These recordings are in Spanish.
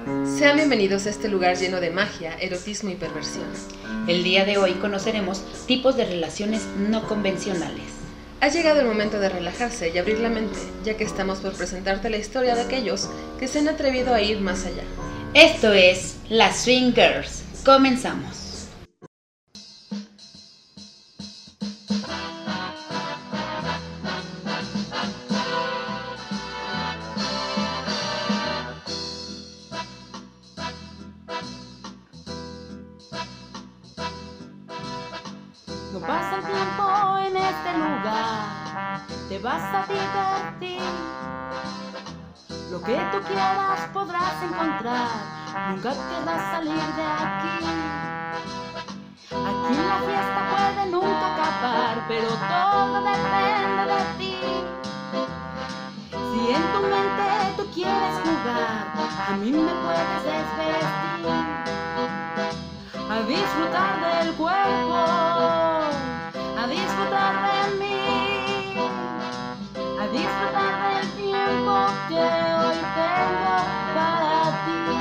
Sean bienvenidos a este lugar lleno de magia, erotismo y perversión. El día de hoy conoceremos tipos de relaciones no convencionales. Ha llegado el momento de relajarse y abrir la mente, ya que estamos por presentarte la historia de aquellos que se han atrevido a ir más allá. Esto es las Swing Girls. Comenzamos. No pasa el tiempo en este lugar, te vas a divertir. Lo que tú quieras podrás encontrar, nunca querrás salir de aquí. Aquí la fiesta puede nunca acabar, pero todo depende de ti. Si en tu mente tú quieres jugar, a mí me puedes desvestir. A disfrutar del cuerpo, a disfrutar de mí, a disfrutar del tiempo que hoy tengo para ti.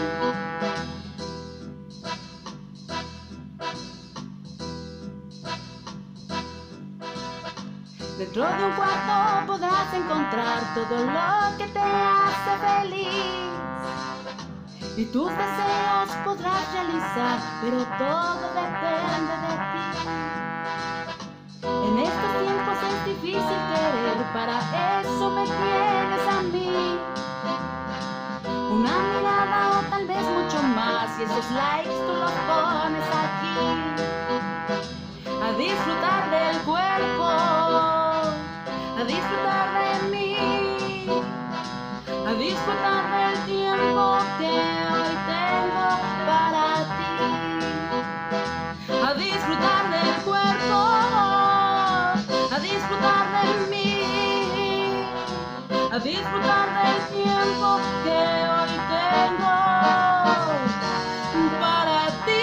Dentro de un cuarto podrás encontrar todo lo que te hace feliz. Y tus deseos podrás realizar, pero todo depende de ti. En estos tiempos es difícil querer, para eso me tienes a mí. Una mirada o tal vez mucho más, y esos likes tú los pones aquí. A disfrutar del cuerpo, a disfrutar de mí, a disfrutar del tiempo que hoy tengo para ti. A disfrutar del cuerpo, a disfrutar de mí, a disfrutar del tiempo que hoy tengo para ti.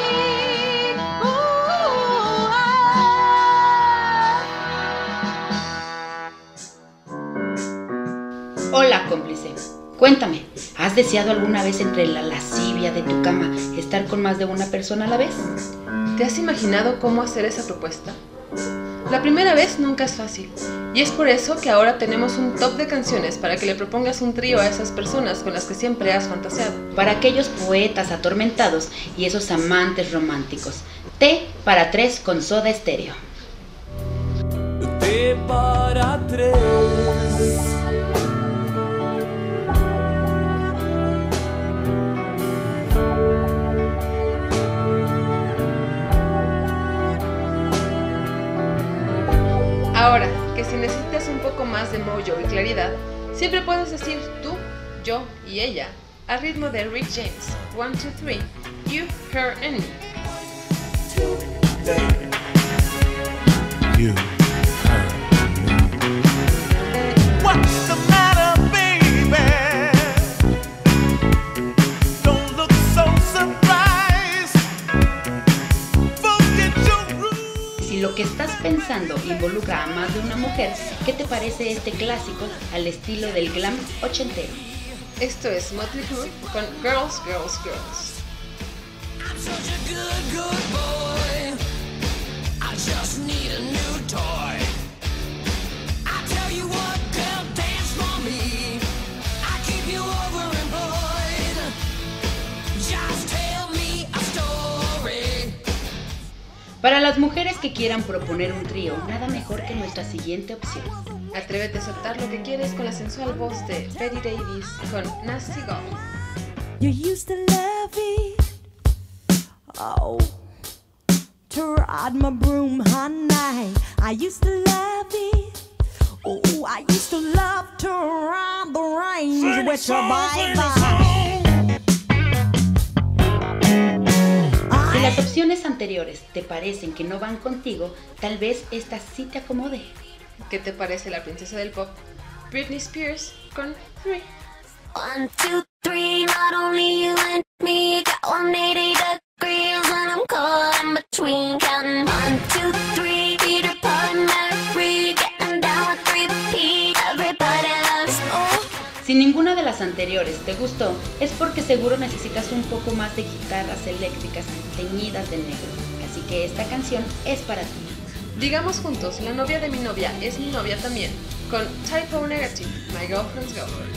Hola, cómplice. Cuéntame, ¿has deseado alguna vez entre la lascivia de tu cama estar con más de una persona a la vez? ¿Te has imaginado cómo hacer esa propuesta? La primera vez nunca es fácil, y es por eso que ahora tenemos un top de canciones para que le propongas un trío a esas personas con las que siempre has fantaseado. Para aquellos poetas atormentados y esos amantes románticos, Té para tres con Soda Stereo. Té para tres. Ahora, que si necesitas un poco más de mojo y claridad, siempre puedes decir tú, yo y ella, al ritmo de Rick James, 1, 2, 3, you, her and me. You, her, me. What's the matter, baby? Don't look so surprised. Forget your rules. Si lo que estás pensando involucra a más de una mujer, ¿qué te parece este clásico al estilo del glam ochentero? Esto es Motley Crue con Girls, Girls, Girls. I'm such a good boy. I just need a new toy. I tell you what, girl, dance for me. I keep you overemployed. Just tell me a story. Para las mujeres que quieran proponer un trío, nada mejor que nuestra siguiente opción. Atrévete a soltar lo que quieres con la sensual voz de Betty Davis con Nasty Girl. You used to love it, oh, to ride my broom, honey. I used to love it, oh, I used to love to ride the range with your baby. Si las opciones anteriores te parecen que no van contigo, tal vez esta sí te acomode. ¿Qué te parece la princesa del pop? Britney Spears con 3. 1, 2, 3, not only you and me, got 180 degrees and I'm caught in between, counting 1, 2, 3, Peter Pan, Mary, getting down with 3P, everybody loves, oh. Si ninguna de las las anteriores te gustó, es porque seguro necesitas un poco más de guitarras eléctricas teñidas de negro. Así que esta canción es para ti. Digamos juntos, la novia de mi novia es mi novia también, con Type O Negative, My Girlfriend's Girlfriend.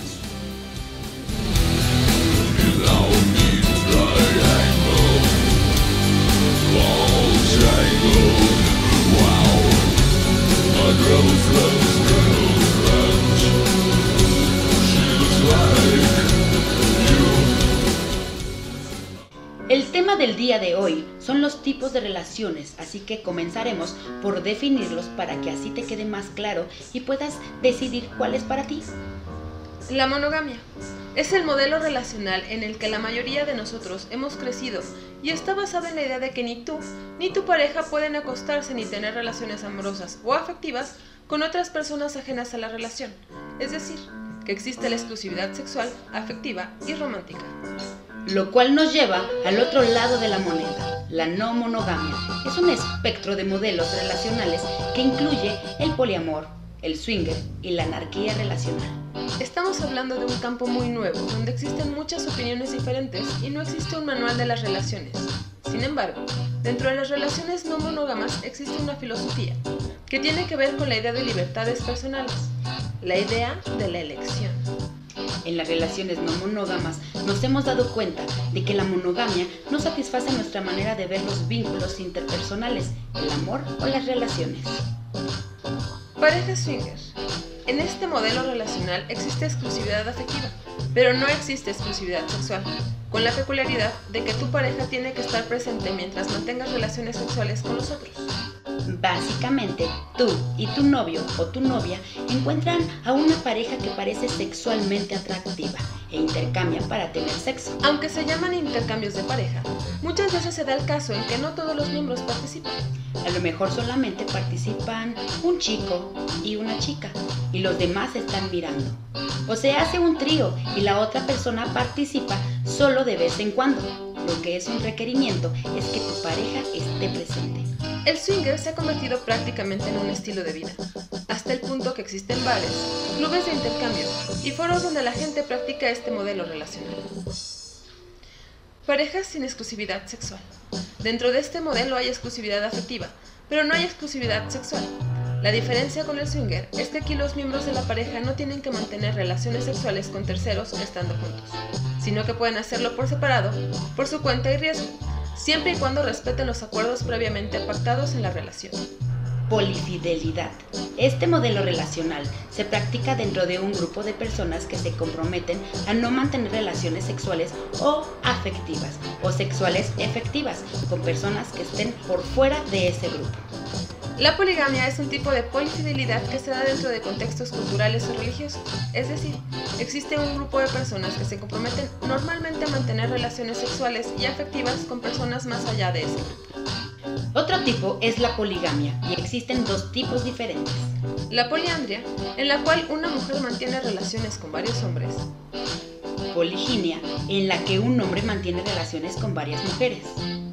El tema del día de hoy son los tipos de relaciones, así que comenzaremos por definirlos para que así te quede más claro y puedas decidir cuál es para ti. La monogamia es el modelo relacional en el que la mayoría de nosotros hemos crecido y está basado en la idea de que ni tú ni tu pareja pueden acostarse ni tener relaciones amorosas o afectivas con otras personas ajenas a la relación, es decir, que existe la exclusividad sexual, afectiva y romántica. Lo cual nos lleva al otro lado de la moneda, la no monogamia. Es un espectro de modelos relacionales que incluye el poliamor, el swinger y la anarquía relacional. Estamos hablando de un campo muy nuevo, donde existen muchas opiniones diferentes y no existe un manual de las relaciones. Sin embargo, dentro de las relaciones no monógamas existe una filosofía que tiene que ver con la idea de libertades personales, la idea de la elección. En las relaciones no monógamas nos hemos dado cuenta de que la monogamia no satisface nuestra manera de ver los vínculos interpersonales, el amor o las relaciones. Parejas swinger. En este modelo relacional existe exclusividad afectiva, pero no existe exclusividad sexual, con la peculiaridad de que tu pareja tiene que estar presente mientras mantengas relaciones sexuales con los otros. Básicamente, tú y tu novio o tu novia encuentran a una pareja que parece sexualmente atractiva e intercambian para tener sexo. Aunque se llaman intercambios de pareja, muchas veces se da el caso en que no todos los miembros participan. A lo mejor solamente participan un chico y una chica y los demás están mirando. O se hace un trío y la otra persona participa solo de vez en cuando. Lo que es un requerimiento es que tu pareja esté presente. El swinger se ha convertido prácticamente en un estilo de vida, hasta el punto que existen bares, clubes de intercambio y foros donde la gente practica este modelo relacional. Parejas sin exclusividad sexual. Dentro de este modelo hay exclusividad afectiva, pero no hay exclusividad sexual. La diferencia con el swinger es que aquí los miembros de la pareja no tienen que mantener relaciones sexuales con terceros estando juntos, sino que pueden hacerlo por separado, por su cuenta y riesgo, siempre y cuando respeten los acuerdos previamente pactados en la relación. Polifidelidad. Este modelo relacional se practica dentro de un grupo de personas que se comprometen a no mantener relaciones sexuales o afectivas o sexuales efectivas con personas que estén por fuera de ese grupo. La poligamia es un tipo de polifidelidad que se da dentro de contextos culturales o religiosos, es decir, existe un grupo de personas que se comprometen normalmente a mantener relaciones sexuales y afectivas con personas más allá de ese grupo. Otro tipo es la poligamia y existen dos tipos diferentes. La poliandria, en la cual una mujer mantiene relaciones con varios hombres. Poliginia, en la que un hombre mantiene relaciones con varias mujeres.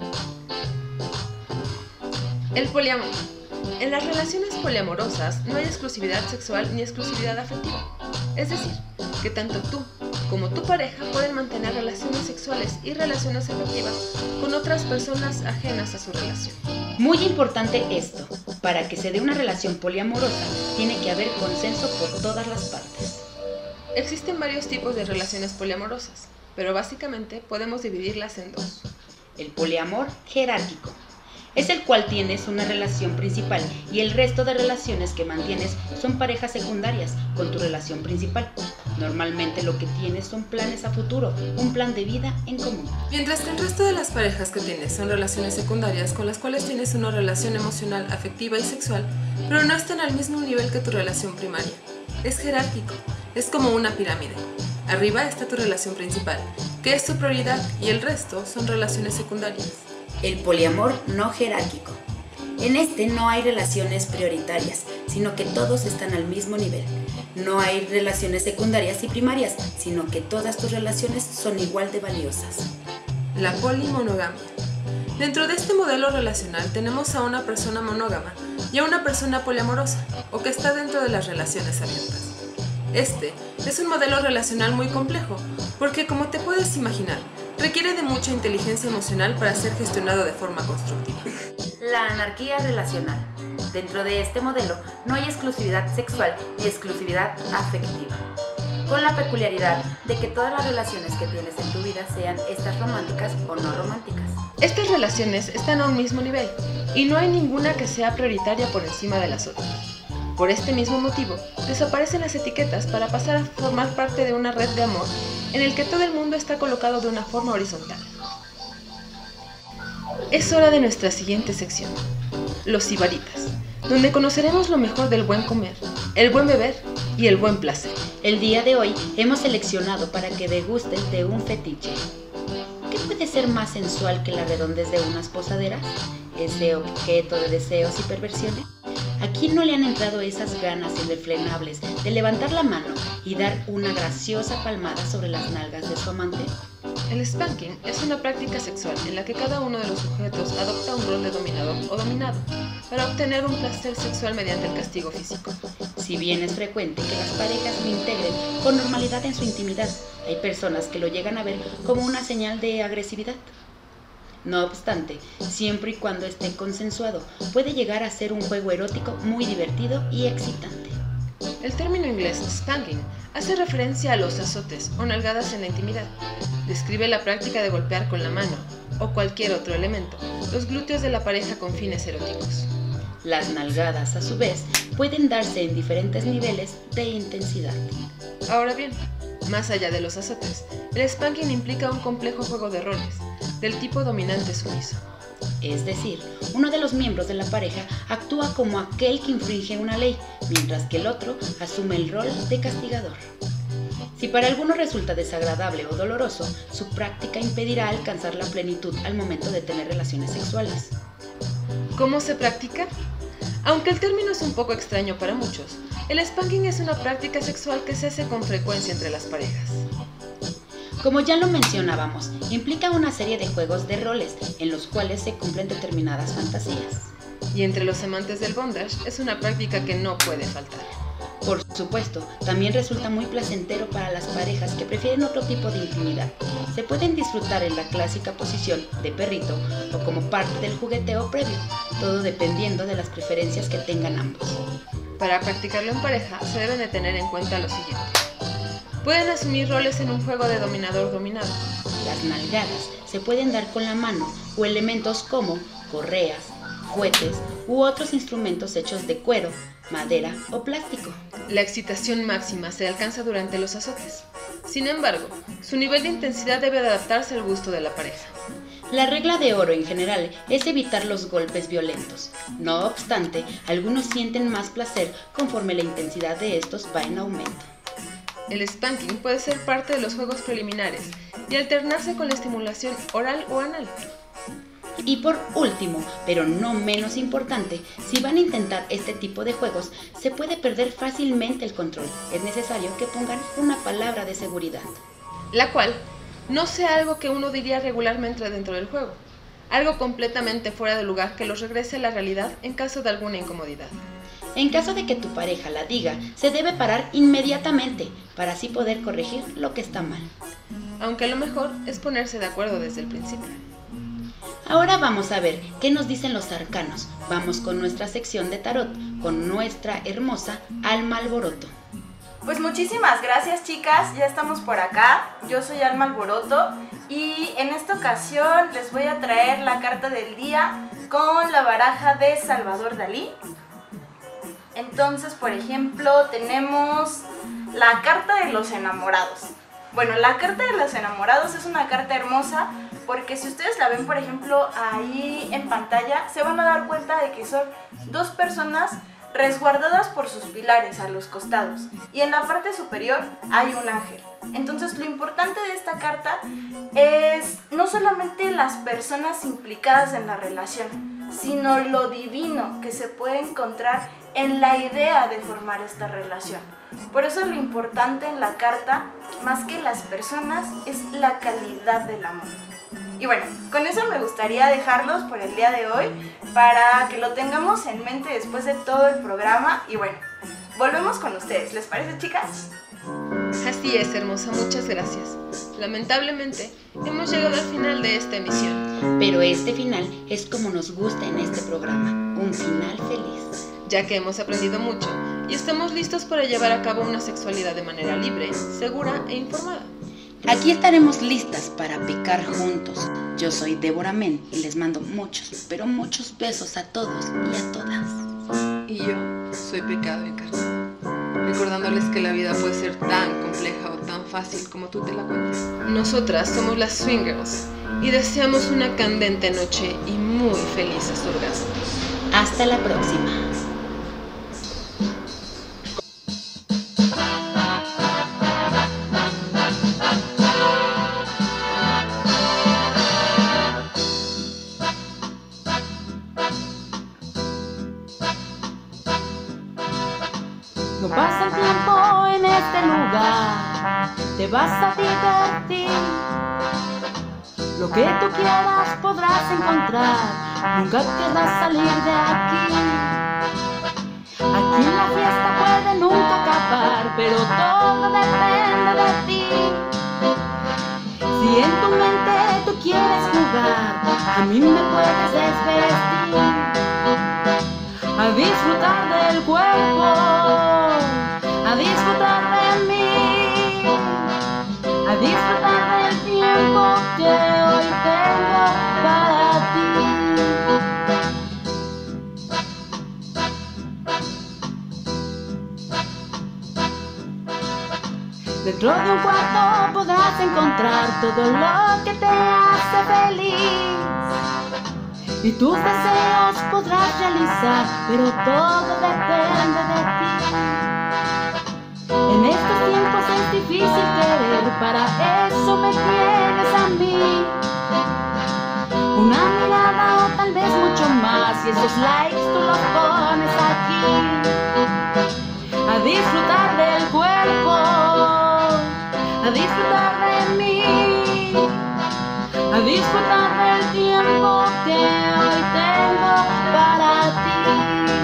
El poliamor. En las relaciones poliamorosas no hay exclusividad sexual ni exclusividad afectiva. Es decir, que tanto tú como tu pareja pueden mantener relaciones sexuales y relaciones afectivas con otras personas ajenas a su relación. Muy importante esto, para que se dé una relación poliamorosa tiene que haber consenso por todas las partes. Existen varios tipos de relaciones poliamorosas, pero básicamente podemos dividirlas en dos. El poliamor jerárquico es el cual tienes una relación principal y el resto de relaciones que mantienes son parejas secundarias con tu relación principal. Normalmente lo que tienes son planes a futuro, un plan de vida en común. Mientras que el resto de las parejas que tienes son relaciones secundarias con las cuales tienes una relación emocional, afectiva y sexual, pero no están al mismo nivel que tu relación primaria. Es jerárquico, es como una pirámide. Arriba está tu relación principal, que es tu prioridad, y el resto son relaciones secundarias. El poliamor no jerárquico. En este no hay relaciones prioritarias, sino que todos están al mismo nivel. No hay relaciones secundarias y primarias, sino que todas tus relaciones son igual de valiosas. La polimonogamia. Dentro de este modelo relacional tenemos a una persona monógama y a una persona poliamorosa, o que está dentro de las relaciones abiertas. Este es un modelo relacional muy complejo, porque como te puedes imaginar, requiere de mucha inteligencia emocional para ser gestionado de forma constructiva. La anarquía relacional. Dentro de este modelo no hay exclusividad sexual ni exclusividad afectiva, con la peculiaridad de que todas las relaciones que tienes en tu vida sean estas románticas o no románticas. Estas relaciones están a un mismo nivel y no hay ninguna que sea prioritaria por encima de las otras. Por este mismo motivo, desaparecen las etiquetas para pasar a formar parte de una red de amor en el que todo el mundo está colocado de una forma horizontal. Es hora de nuestra siguiente sección, los sibaritas, donde conoceremos lo mejor del buen comer, el buen beber y el buen placer. El día de hoy hemos seleccionado para que degustes de un fetiche. ¿Qué puede ser más sensual que la redondez de unas posaderas? ¿Ese objeto de deseos y perversiones? ¿A quién no le han entrado esas ganas irrefrenables de levantar la mano y dar una graciosa palmada sobre las nalgas de su amante? El spanking es una práctica sexual en la que cada uno de los sujetos adopta un rol de dominador o dominado para obtener un placer sexual mediante el castigo físico. Si bien es frecuente que las parejas lo integren con normalidad en su intimidad, hay personas que lo llegan a ver como una señal de agresividad. No obstante, siempre y cuando esté consensuado, puede llegar a ser un juego erótico muy divertido y excitante. El término inglés spanking hace referencia a los azotes o nalgadas en la intimidad. Describe la práctica de golpear con la mano o cualquier otro elemento los glúteos de la pareja con fines eróticos. Las nalgadas, a su vez, pueden darse en diferentes niveles de intensidad. Ahora bien, más allá de los azotes, el spanking implica un complejo juego de roles, del tipo dominante-sumiso. Es decir, uno de los miembros de la pareja actúa como aquel que infringe una ley, mientras que el otro asume el rol de castigador. Si para alguno resulta desagradable o doloroso, su práctica impedirá alcanzar la plenitud al momento de tener relaciones sexuales. ¿Cómo se practica? Aunque el término es un poco extraño para muchos, el spanking es una práctica sexual que se hace con frecuencia entre las parejas. Como ya lo mencionábamos, implica una serie de juegos de roles en los cuales se cumplen determinadas fantasías. Y entre los amantes del bondage es una práctica que no puede faltar. Por supuesto, también resulta muy placentero para las parejas que prefieren otro tipo de intimidad. Se pueden disfrutar en la clásica posición de perrito o como parte del jugueteo previo, todo dependiendo de las preferencias que tengan ambos. Para practicarlo en pareja se deben de tener en cuenta lo siguiente. Pueden asumir roles en un juego de dominador-dominado. Las nalgadas se pueden dar con la mano o elementos como correas, juguetes u otros instrumentos hechos de cuero, madera o plástico. La excitación máxima se alcanza durante los azotes. Sin embargo, su nivel de intensidad debe adaptarse al gusto de la pareja. La regla de oro en general es evitar los golpes violentos. No obstante, algunos sienten más placer conforme la intensidad de estos va en aumento. El spanking puede ser parte de los juegos preliminares y alternarse con la estimulación oral o anal. Y por último, pero no menos importante, si van a intentar este tipo de juegos, se puede perder fácilmente el control. Es necesario que pongan una palabra de seguridad, La cual no sea algo que uno diría regularmente dentro del juego, algo completamente fuera de lugar que los regrese a la realidad en caso de alguna incomodidad. En caso de que tu pareja la diga, se debe parar inmediatamente para así poder corregir lo que está mal. Aunque lo mejor es ponerse de acuerdo desde el principio. Ahora vamos a ver qué nos dicen los arcanos. Vamos con nuestra sección de tarot, con nuestra hermosa Alma Alboroto. Pues muchísimas gracias, chicas, ya estamos por acá. Yo soy Alma Alboroto y en esta ocasión les voy a traer la carta del día con la baraja de Salvador Dalí. Entonces, por ejemplo, tenemos la carta de los enamorados. Bueno, la carta de los enamorados es una carta hermosa porque si ustedes la ven, por ejemplo, ahí en pantalla, se van a dar cuenta de que son dos personas resguardadas por sus pilares a los costados y en la parte superior hay un ángel. Entonces lo importante de esta carta es no solamente las personas implicadas en la relación, sino lo divino que se puede encontrar en la idea de formar esta relación. Por eso lo importante en la carta, más que las personas, es la calidad del amor. Y bueno, con eso me gustaría dejarlos por el día de hoy para que lo tengamos en mente después de todo el programa. Y bueno, volvemos con ustedes. ¿Les parece, chicas? Así es, hermosa, muchas gracias. Lamentablemente, hemos llegado al final de esta emisión, Pero este final es como nos gusta en este programa, un final feliz. ya que hemos aprendido mucho y estamos listos para llevar a cabo una sexualidad de manera libre, segura e informada. Aquí estaremos listas para picar juntos. Yo soy Débora Men y les mando muchos, pero muchos besos a todos y a todas. Y yo soy Pecado Encarnado, recordándoles que la vida puede ser tan compleja o tan fácil como tú te la cuentas. Nosotras somos las Swing Girls y deseamos una candente noche y muy felices orgasmos. Hasta la próxima. No pasa el tiempo en este lugar, te vas a divertir. Lo que tú quieras podrás encontrar, nunca querrás salir de aquí. Aquí la fiesta puede nunca acabar, pero todo depende de ti. Si en tu mente tú quieres jugar, a mí me puedes desvestir. A disfrutar del cuerpo, a disfrutar de mí, a disfrutar del tiempo que hoy tengo para ti. Dentro de un cuarto podrás encontrar todo lo que te hace feliz. Y tus deseos podrás realizar, pero todo depende de ti. En estos tiempos es difícil querer, para eso me tienes a mí. Una mirada o tal vez mucho más, y esos likes tú los pones aquí. A disfrutar del cuerpo, a disfrutar de mí, a disfrutar del tiempo que hoy tengo para ti.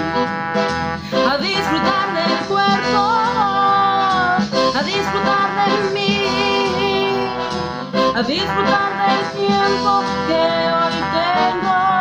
A disfrutar del cuerpo, a disfrutar de mí, a disfrutar del tiempo que hoy tengo